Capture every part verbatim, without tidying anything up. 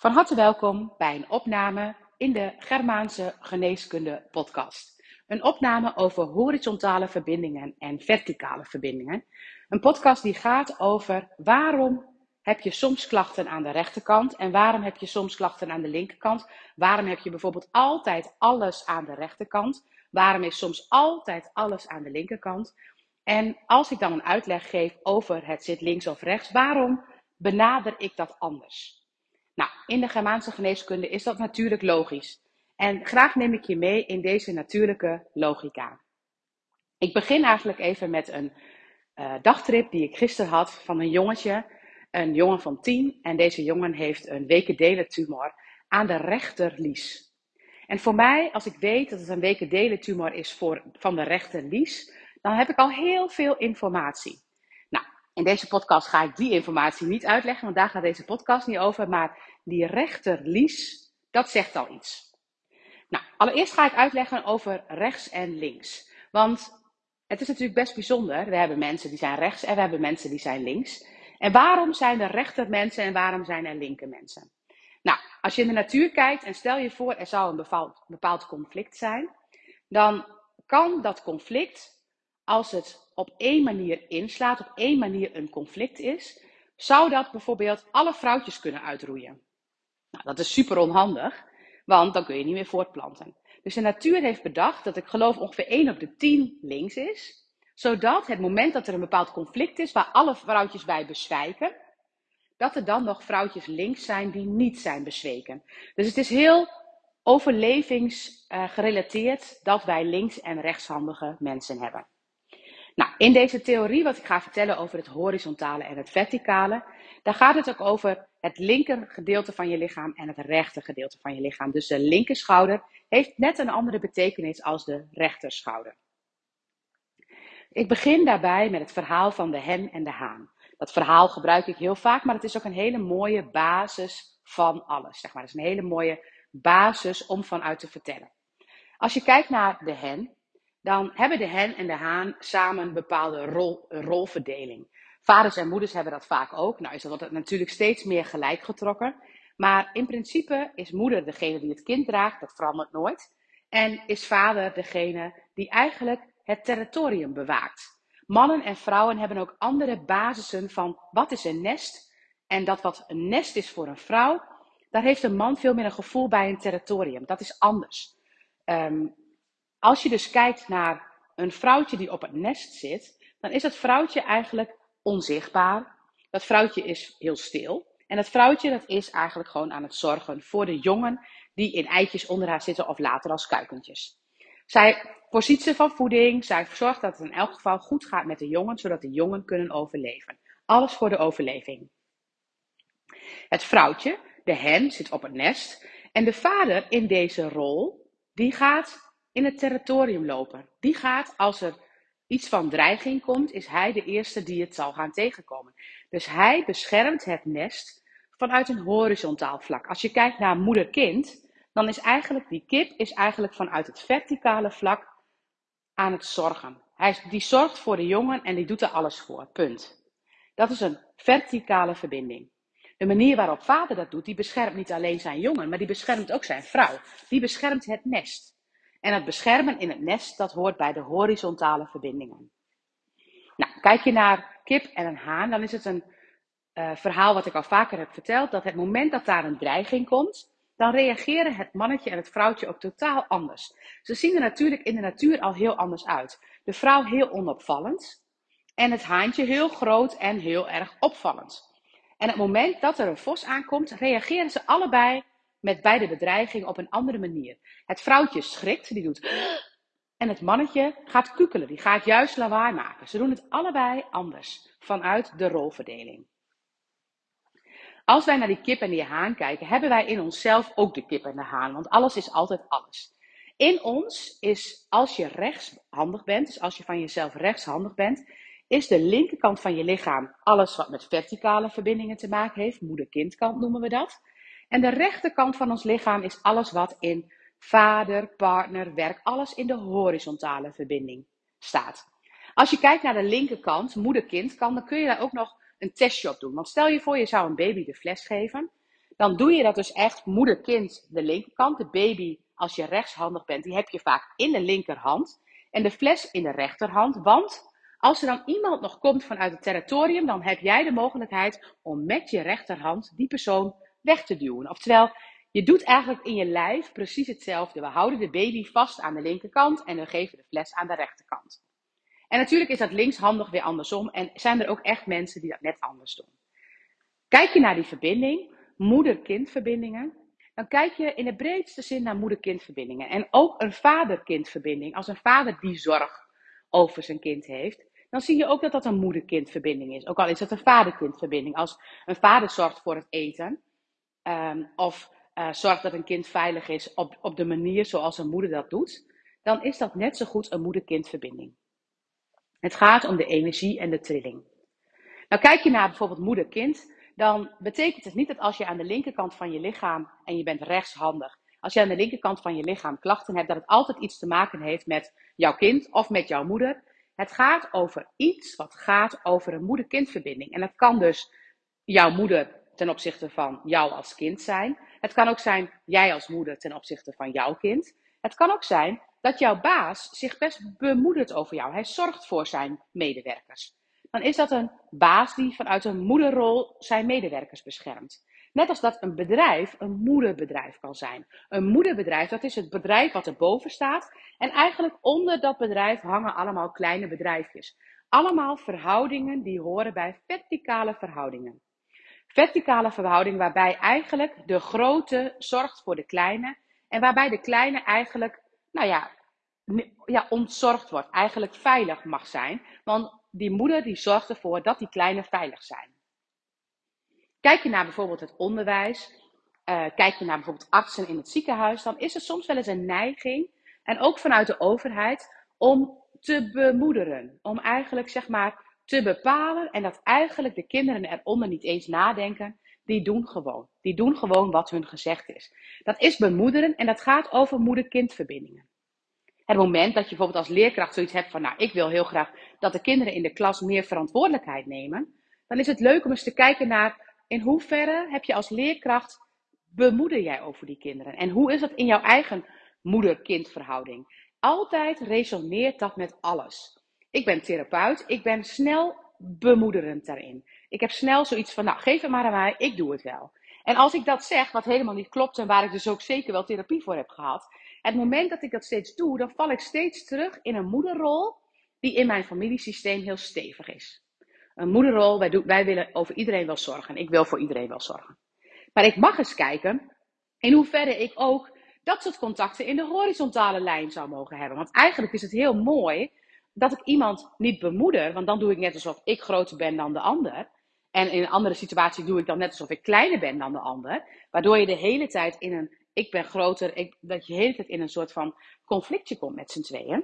Van harte welkom bij een opname in de Germaanse Geneeskunde podcast. Een opname over horizontale verbindingen en verticale verbindingen. Een podcast die gaat over waarom heb je soms klachten aan de rechterkant en waarom heb je soms klachten aan de linkerkant. Waarom heb je bijvoorbeeld altijd alles aan de rechterkant? Waarom is soms altijd alles aan de linkerkant? En als ik dan een uitleg geef over het zit links of rechts, waarom benader ik dat anders? Nou, in de Germaanse geneeskunde is dat natuurlijk logisch. En graag neem ik je mee in deze natuurlijke logica. Ik begin eigenlijk even met een uh, dagtrip die ik gisteren had van een jongetje. Een jongen van tien. En deze jongen heeft een wekendelentumor aan de rechterlies. En voor mij, als ik weet dat het een wekendelentumor is voor, van de rechterlies, dan heb ik al heel veel informatie. Nou, in deze podcast ga ik die informatie niet uitleggen, want daar gaat deze podcast niet over. Maar die rechterlies, dat zegt al iets. Nou, allereerst ga ik uitleggen over rechts en links. Want het is natuurlijk best bijzonder. We hebben mensen die zijn rechts en we hebben mensen die zijn links. En waarom zijn er rechter mensen en waarom zijn er linker mensen? Nou, als je in de natuur kijkt en stel je voor er zou een bepaald, bepaald conflict zijn, dan kan dat conflict, als het op één manier inslaat, op één manier een conflict is, zou dat bijvoorbeeld alle vrouwtjes kunnen uitroeien. Nou, dat is super onhandig, want dan kun je niet meer voortplanten. Dus de natuur heeft bedacht dat ik geloof ongeveer één op de tien links is, zodat het moment dat er een bepaald conflict is waar alle vrouwtjes bij bezwijken, dat er dan nog vrouwtjes links zijn die niet zijn bezweken. Dus het is heel overlevingsgerelateerd uh, dat wij links- en rechtshandige mensen hebben. Nou, in deze theorie, wat ik ga vertellen over het horizontale en het verticale, daar gaat het ook over het linker gedeelte van je lichaam en het rechter gedeelte van je lichaam. Dus de linker schouder heeft net een andere betekenis als de rechter schouder. Ik begin daarbij met het verhaal van de hen en de haan. Dat verhaal gebruik ik heel vaak, maar het is ook een hele mooie basis van alles. Zeg maar. Het is een hele mooie basis om vanuit te vertellen. Als je kijkt naar de hen, dan hebben de hen en de haan samen een bepaalde rol, rolverdeling. Vaders en moeders hebben dat vaak ook. Nou is dat natuurlijk steeds meer gelijk getrokken. Maar in principe is moeder degene die het kind draagt, dat verandert nooit. En is vader degene die eigenlijk het territorium bewaakt. Mannen en vrouwen hebben ook andere basissen van wat is een nest. En dat wat een nest is voor een vrouw, daar heeft een man veel meer een gevoel bij een territorium. Dat is anders. Um, als je dus kijkt naar een vrouwtje die op het nest zit, dan is dat vrouwtje eigenlijk onzichtbaar. Dat vrouwtje is heel stil. En dat vrouwtje dat is eigenlijk gewoon aan het zorgen voor de jongen die in eitjes onder haar zitten of later als kuikentjes. Zij voorziet ze van voeding. Zij zorgt dat het in elk geval goed gaat met de jongen, zodat de jongen kunnen overleven. Alles voor de overleving. Het vrouwtje, de hen, zit op het nest. En de vader in deze rol, die gaat in het territorium lopen. Die gaat, als er iets van dreiging komt, is hij de eerste die het zal gaan tegenkomen. Dus hij beschermt het nest vanuit een horizontaal vlak. Als je kijkt naar moeder-kind, dan is eigenlijk die kip is eigenlijk vanuit het verticale vlak aan het zorgen. Hij, die zorgt voor de jongen en die doet er alles voor. Punt. Dat is een verticale verbinding. De manier waarop vader dat doet, die beschermt niet alleen zijn jongen, maar die beschermt ook zijn vrouw. Die beschermt het nest. En het beschermen in het nest, dat hoort bij de horizontale verbindingen. Nou, kijk je naar kip en een haan, dan is het een uh, verhaal wat ik al vaker heb verteld, dat het moment dat daar een dreiging komt, dan reageren het mannetje en het vrouwtje ook totaal anders. Ze zien er natuurlijk in de natuur al heel anders uit. De vrouw heel onopvallend en het haantje heel groot en heel erg opvallend. En op het moment dat er een vos aankomt, reageren ze allebei met bij de bedreiging op een andere manier. Het vrouwtje schrikt, die doet en het mannetje gaat kukelen, die gaat juist lawaai maken. Ze doen het allebei anders, vanuit de rolverdeling. Als wij naar die kip en die haan kijken, hebben wij in onszelf ook de kip en de haan, want alles is altijd alles. In ons is, als je rechtshandig bent, dus als je van jezelf rechtshandig bent, is de linkerkant van je lichaam alles wat met verticale verbindingen te maken heeft, moeder-kindkant noemen we dat. En de rechterkant van ons lichaam is alles wat in vader, partner, werk, alles in de horizontale verbinding staat. Als je kijkt naar de linkerkant, moeder-kindkant, dan kun je daar ook nog een testje op doen. Want stel je voor, je zou een baby de fles geven. dan doe je dat dus echt moeder-kind de linkerkant. De baby, als je rechtshandig bent, die heb je vaak in de linkerhand. En de fles in de rechterhand. Want als er dan iemand nog komt vanuit het territorium, dan heb jij de mogelijkheid om met je rechterhand die persoon weg te duwen. Oftewel, je doet eigenlijk in je lijf precies hetzelfde. We houden de baby vast aan de linkerkant en we geven de fles aan de rechterkant. En natuurlijk is dat linkshandig weer andersom. En zijn er ook echt mensen die dat net anders doen. Kijk je naar die verbinding, moeder-kindverbindingen, dan kijk je in de breedste zin naar moeder-kindverbindingen. En ook een vader-kindverbinding. Als een vader die zorg over zijn kind heeft, dan zie je ook dat dat een moeder-kindverbinding is. Ook al is dat een vader-kindverbinding. Als een vader zorgt voor het eten, um, of uh, zorgt dat een kind veilig is op, op de manier zoals een moeder dat doet, dan is dat net zo goed een moeder-kindverbinding. Het gaat om de energie en de trilling. Nou, kijk je naar bijvoorbeeld moeder-kind, dan betekent het niet dat als je aan de linkerkant van je lichaam, en je bent rechtshandig, als je aan de linkerkant van je lichaam klachten hebt, dat het altijd iets te maken heeft met jouw kind of met jouw moeder. Het gaat over iets wat gaat over een moeder-kindverbinding. En dat kan dus jouw moeder ten opzichte van jou als kind zijn. Het kan ook zijn jij als moeder ten opzichte van jouw kind. Het kan ook zijn dat jouw baas zich best bemoedert over jou. Hij zorgt voor zijn medewerkers. Dan is dat een baas die vanuit een moederrol zijn medewerkers beschermt. Net als dat een bedrijf een moederbedrijf kan zijn. Een moederbedrijf, dat is het bedrijf wat erboven staat. En eigenlijk onder dat bedrijf hangen allemaal kleine bedrijfjes. Allemaal verhoudingen die horen bij verticale verhoudingen. Verticale verhouding waarbij eigenlijk de grote zorgt voor de kleine. En waarbij de kleine eigenlijk, nou ja, ja, ontzorgd wordt. Eigenlijk veilig mag zijn. Want die moeder die zorgt ervoor dat die kleinen veilig zijn. Kijk je naar bijvoorbeeld het onderwijs. Uh, kijk je naar bijvoorbeeld artsen in het ziekenhuis. Dan is er soms wel eens een neiging. En ook vanuit de overheid. Om te bemoederen. Om eigenlijk zeg maar te bepalen. En dat eigenlijk de kinderen eronder niet eens nadenken. Die doen gewoon. Die doen gewoon wat hun gezegd is. Dat is bemoederen. En dat gaat over moeder-kindverbindingen. Het moment dat je bijvoorbeeld als leerkracht zoiets hebt van, nou, ik wil heel graag dat de kinderen in de klas meer verantwoordelijkheid nemen, dan is het leuk om eens te kijken naar, in hoeverre heb je als leerkracht, bemoeder jij over die kinderen? En hoe is dat in jouw eigen moeder-kindverhouding? Altijd resoneert dat met alles. Ik ben therapeut, ik ben snel bemoederend daarin. Ik heb snel zoiets van, nou, geef het maar aan mij, ik doe het wel. En als ik dat zeg, wat helemaal niet klopt en waar ik dus ook zeker wel therapie voor heb gehad, het moment dat ik dat steeds doe, dan val ik steeds terug in een moederrol die in mijn familiesysteem heel stevig is. Een moederrol, wij, doen, wij willen over iedereen wel zorgen. Ik wil voor iedereen wel zorgen. Maar ik mag eens kijken in hoeverre ik ook dat soort contacten in de horizontale lijn zou mogen hebben. Want eigenlijk is het heel mooi dat ik iemand niet bemoeder, want dan doe ik net alsof ik groter ben dan de ander. En in een andere situatie doe ik dan net alsof ik kleiner ben dan de ander. Waardoor je de hele tijd in een ik ben groter, ik, dat je de hele tijd in een soort van conflictje komt met z'n tweeën.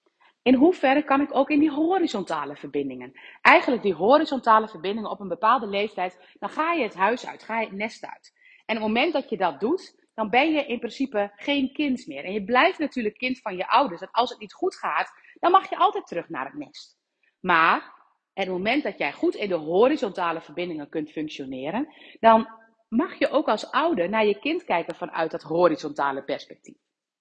In hoeverre kan ik ook in die horizontale verbindingen? Eigenlijk die horizontale verbindingen op een bepaalde leeftijd, dan ga je het huis uit, ga je het nest uit. En op het moment dat je dat doet, dan ben je in principe geen kind meer. En je blijft natuurlijk kind van je ouders. Dat als het niet goed gaat, dan mag je altijd terug naar het nest. Maar op het moment dat jij goed in de horizontale verbindingen kunt functioneren, dan mag je ook als ouder naar je kind kijken vanuit dat horizontale perspectief.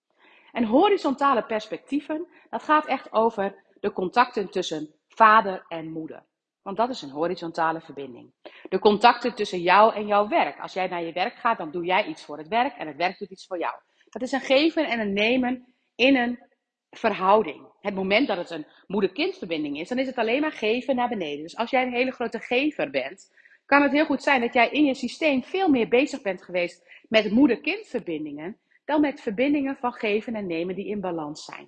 En horizontale perspectieven, dat gaat echt over de contacten tussen vader en moeder. Want dat is een horizontale verbinding. De contacten tussen jou en jouw werk. Als jij naar je werk gaat, dan doe jij iets voor het werk en het werk doet iets voor jou. Dat is een geven en een nemen in een verhouding. Het moment dat het een moeder-kindverbinding is, dan is het alleen maar geven naar beneden. Dus als jij een hele grote gever bent, kan het heel goed zijn dat jij in je systeem veel meer bezig bent geweest met moeder-kindverbindingen dan met verbindingen van geven en nemen die in balans zijn.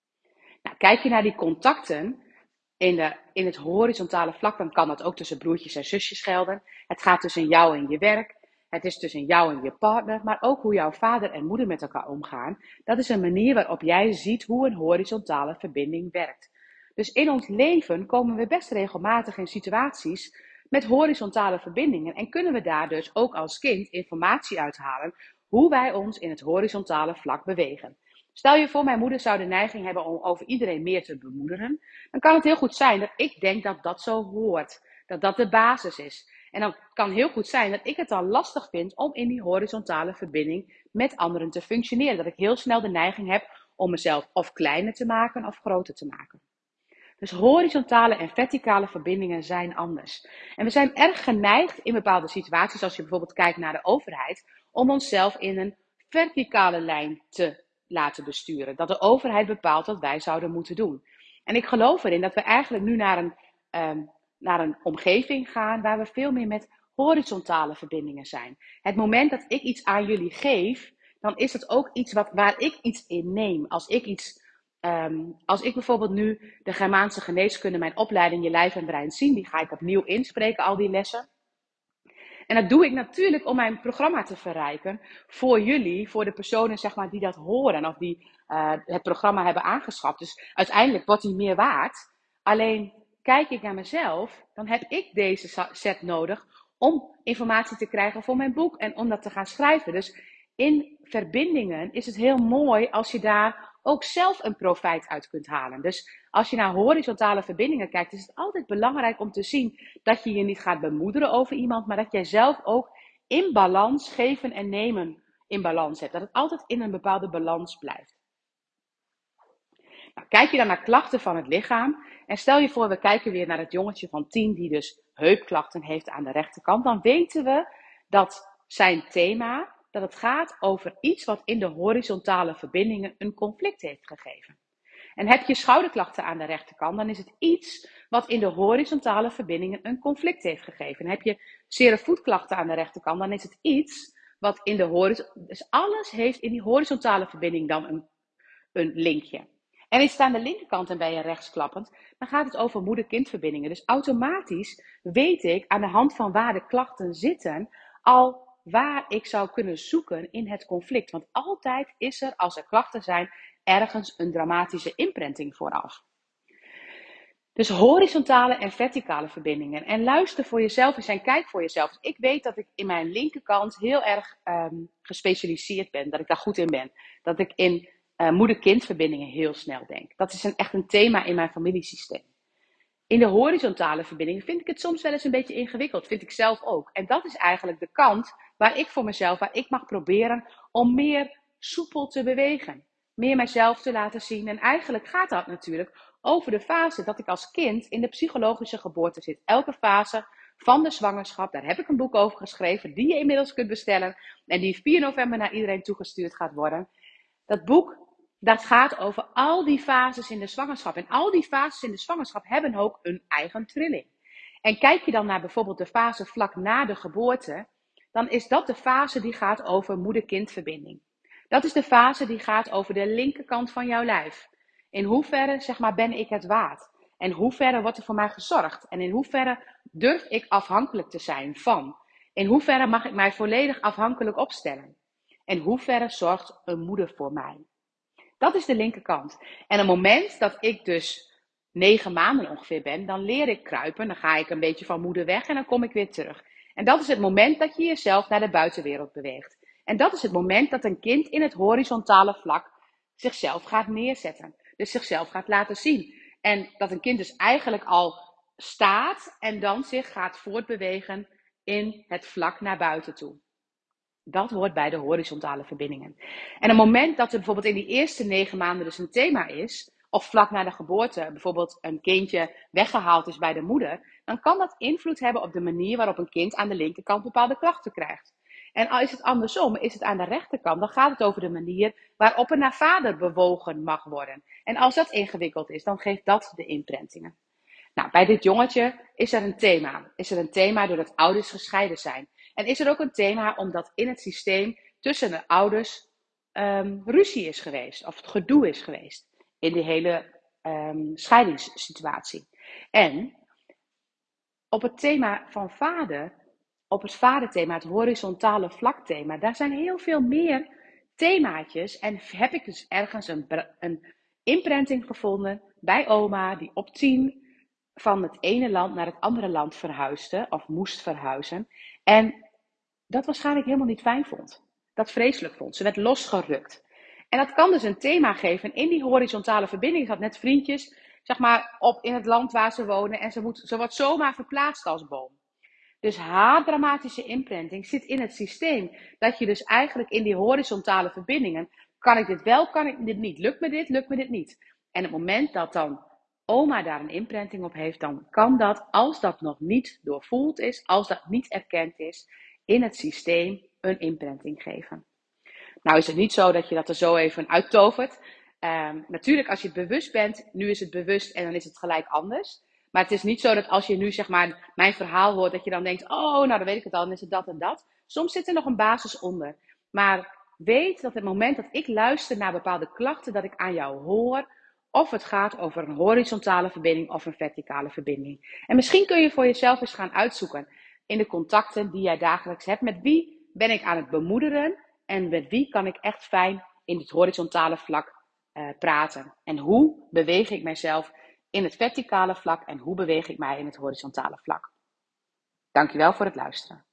Nou, kijk je naar die contacten in, de, in het horizontale vlak, dan kan dat ook tussen broertjes en zusjes gelden. Het gaat tussen jou en je werk. Het is tussen jou en je partner, maar ook hoe jouw vader en moeder met elkaar omgaan. Dat is een manier waarop jij ziet hoe een horizontale verbinding werkt. Dus in ons leven komen we best regelmatig in situaties met horizontale verbindingen. En kunnen we daar dus ook als kind informatie uithalen hoe wij ons in het horizontale vlak bewegen. Stel je voor, mijn moeder zou de neiging hebben om over iedereen meer te bemoederen. Dan kan het heel goed zijn dat ik denk dat dat zo hoort. Dat dat de basis is. En dan kan heel goed zijn dat ik het dan lastig vind om in die horizontale verbinding met anderen te functioneren. Dat ik heel snel de neiging heb om mezelf of kleiner te maken of groter te maken. Dus horizontale en verticale verbindingen zijn anders. En we zijn erg geneigd in bepaalde situaties, als je bijvoorbeeld kijkt naar de overheid, om onszelf in een verticale lijn te laten besturen. Dat de overheid bepaalt wat wij zouden moeten doen. En ik geloof erin dat we eigenlijk nu naar een, um, naar een omgeving gaan waar we veel meer met horizontale verbindingen zijn. Het moment dat ik iets aan jullie geef, dan is het ook iets wat, waar ik iets in neem. Als ik iets... Um, als ik bijvoorbeeld nu de Germaanse geneeskunde, mijn opleiding Je Lijf en Brein zien, die ga ik opnieuw inspreken, al die lessen. En dat doe ik natuurlijk om mijn programma te verrijken voor jullie, voor de personen zeg maar, die dat horen of die uh, het programma hebben aangeschaft. Dus uiteindelijk wordt die meer waard. Alleen kijk ik naar mezelf, dan heb ik deze set nodig om informatie te krijgen voor mijn boek en om dat te gaan schrijven. Dus in verbindingen is het heel mooi als je daar ook zelf een profijt uit kunt halen. Dus als je naar horizontale verbindingen kijkt, is het altijd belangrijk om te zien dat je je niet gaat bemoederen over iemand, maar dat jij zelf ook in balans, geven en nemen in balans hebt. Dat het altijd in een bepaalde balans blijft. Nou, kijk je dan naar klachten van het lichaam en stel je voor we kijken weer naar het jongetje van tien die dus heupklachten heeft aan de rechterkant, dan weten we dat zijn thema, dat het gaat over iets wat in de horizontale verbindingen een conflict heeft gegeven. En heb je schouderklachten aan de rechterkant, dan is het iets wat in de horizontale verbindingen een conflict heeft gegeven. En heb je zere voetklachten aan de rechterkant, dan is het iets wat in de horizontale... Dus alles heeft in die horizontale verbinding dan een, een linkje. En is het aan de linkerkant en ben je rechtsklappend, dan gaat het over moeder-kindverbindingen. Dus automatisch weet ik aan de hand van waar de klachten zitten al waar ik zou kunnen zoeken in het conflict. Want altijd is er, als er klachten zijn, ergens een dramatische imprinting vooraf. Dus horizontale en verticale verbindingen. En luister voor jezelf eens en kijk voor jezelf. Ik weet dat ik in mijn linkerkant heel erg um, gespecialiseerd ben. Dat ik daar goed in ben. Dat ik in uh, moeder-kindverbindingen heel snel denk. Dat is een, echt een thema in mijn familiesysteem. In de horizontale verbindingen vind ik het soms wel eens een beetje ingewikkeld. Vind ik zelf ook. En dat is eigenlijk de kant waar ik voor mezelf, waar ik mag proberen om meer soepel te bewegen. Meer mijzelf te laten zien. En eigenlijk gaat dat natuurlijk over de fase dat ik als kind in de psychologische geboorte zit. Elke fase van de zwangerschap, daar heb ik een boek over geschreven, die je inmiddels kunt bestellen. En die vier november naar iedereen toegestuurd gaat worden. Dat boek, dat gaat over al die fases in de zwangerschap. En al die fases in de zwangerschap hebben ook een eigen trilling. En kijk je dan naar bijvoorbeeld de fase vlak na de geboorte, dan is dat de fase die gaat over moeder-kindverbinding. Dat is de fase die gaat over de linkerkant van jouw lijf. In hoeverre, zeg maar, ben ik het waard? En hoeverre wordt er voor mij gezorgd? En in hoeverre durf ik afhankelijk te zijn van? In hoeverre mag ik mij volledig afhankelijk opstellen? En hoeverre zorgt een moeder voor mij? Dat is de linkerkant. En op het moment dat ik dus negen maanden ongeveer ben, dan leer ik kruipen. Dan ga ik een beetje van moeder weg en dan kom ik weer terug. En dat is het moment dat je jezelf naar de buitenwereld beweegt. En dat is het moment dat een kind in het horizontale vlak zichzelf gaat neerzetten. Dus zichzelf gaat laten zien. En dat een kind dus eigenlijk al staat en dan zich gaat voortbewegen in het vlak naar buiten toe. Dat hoort bij de horizontale verbindingen. En op het moment dat er bijvoorbeeld in die eerste negen maanden dus een thema is, of vlak na de geboorte bijvoorbeeld een kindje weggehaald is bij de moeder, dan kan dat invloed hebben op de manier waarop een kind aan de linkerkant bepaalde klachten krijgt. En al is het andersom, is het aan de rechterkant, dan gaat het over de manier waarop er naar vader bewogen mag worden. En als dat ingewikkeld is, dan geeft dat de imprintingen. Nou, bij dit jongetje is er een thema. Is er een thema doordat ouders gescheiden zijn. En is er ook een thema omdat in het systeem tussen de ouders um, ruzie is geweest. Of het gedoe is geweest. In die hele um, scheidingssituatie. En op het thema van vader, op het vaderthema, het horizontale vlakthema, daar zijn heel veel meer themaatjes. En heb ik dus ergens een, een imprinting gevonden bij oma die op tien van het ene land naar het andere land verhuisde of moest verhuizen. En dat waarschijnlijk helemaal niet fijn vond. Dat vreselijk vond. Ze werd losgerukt. En dat kan dus een thema geven in die horizontale verbinding. Ze had net vriendjes, zeg maar, op in het land waar ze wonen. En ze, moet, ze wordt zomaar verplaatst als boom. Dus haar dramatische imprinting zit in het systeem. Dat je dus eigenlijk in die horizontale verbindingen, kan ik dit wel, kan ik dit niet, lukt me dit, lukt me dit niet. En op het moment dat dan oma daar een imprinting op heeft, dan kan dat, als dat nog niet doorvoeld is, als dat niet erkend is, in het systeem een imprinting geven. Nou is het niet zo dat je dat er zo even uittovert. Um, natuurlijk, als je het bewust bent, nu is het bewust en dan is het gelijk anders. Maar het is niet zo dat als je nu zeg maar mijn verhaal hoort, dat je dan denkt, oh, nou dan weet ik het al, dan is het dat en dat. Soms zit er nog een basis onder. Maar weet dat het moment dat ik luister naar bepaalde klachten, dat ik aan jou hoor, of het gaat over een horizontale verbinding of een verticale verbinding. En misschien kun je voor jezelf eens gaan uitzoeken in de contacten die jij dagelijks hebt. Met wie ben ik aan het bemoederen en met wie kan ik echt fijn in het horizontale vlak uh, praten. En hoe beweeg ik mijzelf in het verticale vlak en hoe beweeg ik mij in het horizontale vlak. Dankjewel voor het luisteren.